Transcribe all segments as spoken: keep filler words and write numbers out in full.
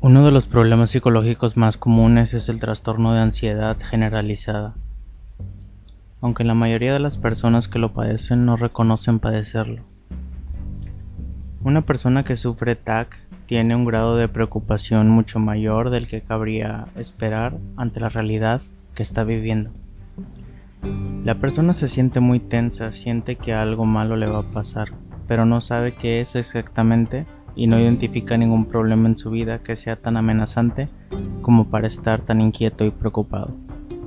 Uno de los problemas psicológicos más comunes es el trastorno de ansiedad generalizada, aunque la mayoría de las personas que lo padecen no reconocen padecerlo. Una persona que sufre T A C tiene un grado de preocupación mucho mayor del que cabría esperar ante la realidad que está viviendo. La persona se siente muy tensa, siente que algo malo le va a pasar, pero no sabe qué es exactamente y no identifica ningún problema en su vida que sea tan amenazante como para estar tan inquieto y preocupado.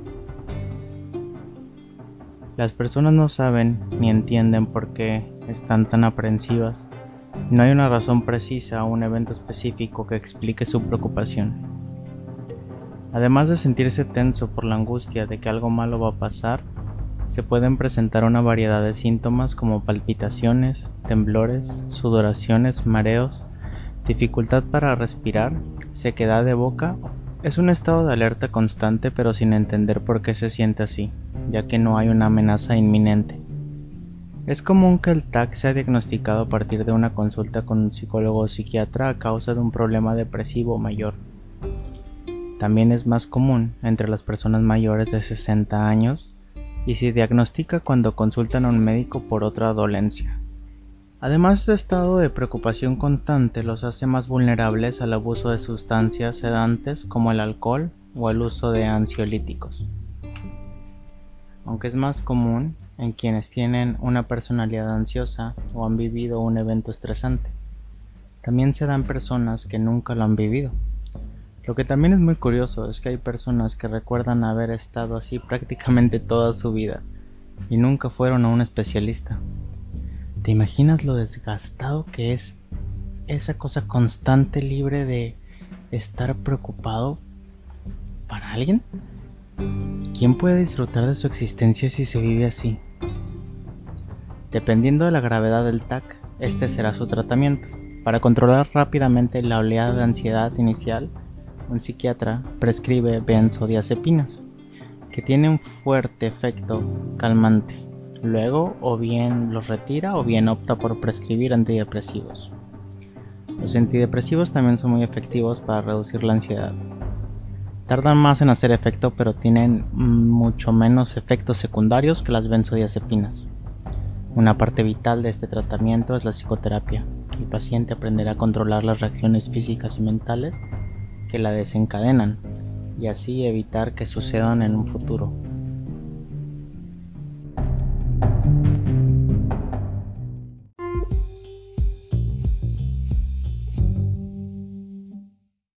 Las personas no saben ni entienden por qué están tan aprensivas. No hay una razón precisa o un evento específico que explique su preocupación. Además de sentirse tenso por la angustia de que algo malo va a pasar, se pueden presentar una variedad de síntomas como palpitaciones, temblores, sudoraciones, mareos, dificultad para respirar, sequedad de boca. Es un estado de alerta constante pero sin entender por qué se siente así, ya que no hay una amenaza inminente. Es común que el T A C sea diagnosticado a partir de una consulta con un psicólogo o psiquiatra a causa de un problema depresivo mayor. También es más común entre las personas mayores de sesenta años y se diagnostica cuando consultan a un médico por otra dolencia. Además, este estado de preocupación constante los hace más vulnerables al abuso de sustancias sedantes como el alcohol o el uso de ansiolíticos. Aunque es más común en quienes tienen una personalidad ansiosa o han vivido un evento estresante, también se dan personas que nunca lo han vivido. Lo que también es muy curioso es que hay personas que recuerdan haber estado así prácticamente toda su vida y nunca fueron a un especialista. ¿Te imaginas lo desgastado que es esa cosa constante libre de estar preocupado para alguien? ¿Quién puede disfrutar de su existencia si se vive así? Dependiendo de la gravedad del T A C, este será su tratamiento. Para controlar rápidamente la oleada de ansiedad inicial, un psiquiatra prescribe benzodiazepinas, que tiene un fuerte efecto calmante. Luego, o bien los retira o bien opta por prescribir antidepresivos. Los antidepresivos también son muy efectivos para reducir la ansiedad. Tardan más en hacer efecto, pero tienen mucho menos efectos secundarios que las benzodiazepinas. Una parte vital de este tratamiento es la psicoterapia. El paciente aprenderá a controlar las reacciones físicas y mentales que la desencadenan y así evitar que sucedan en un futuro.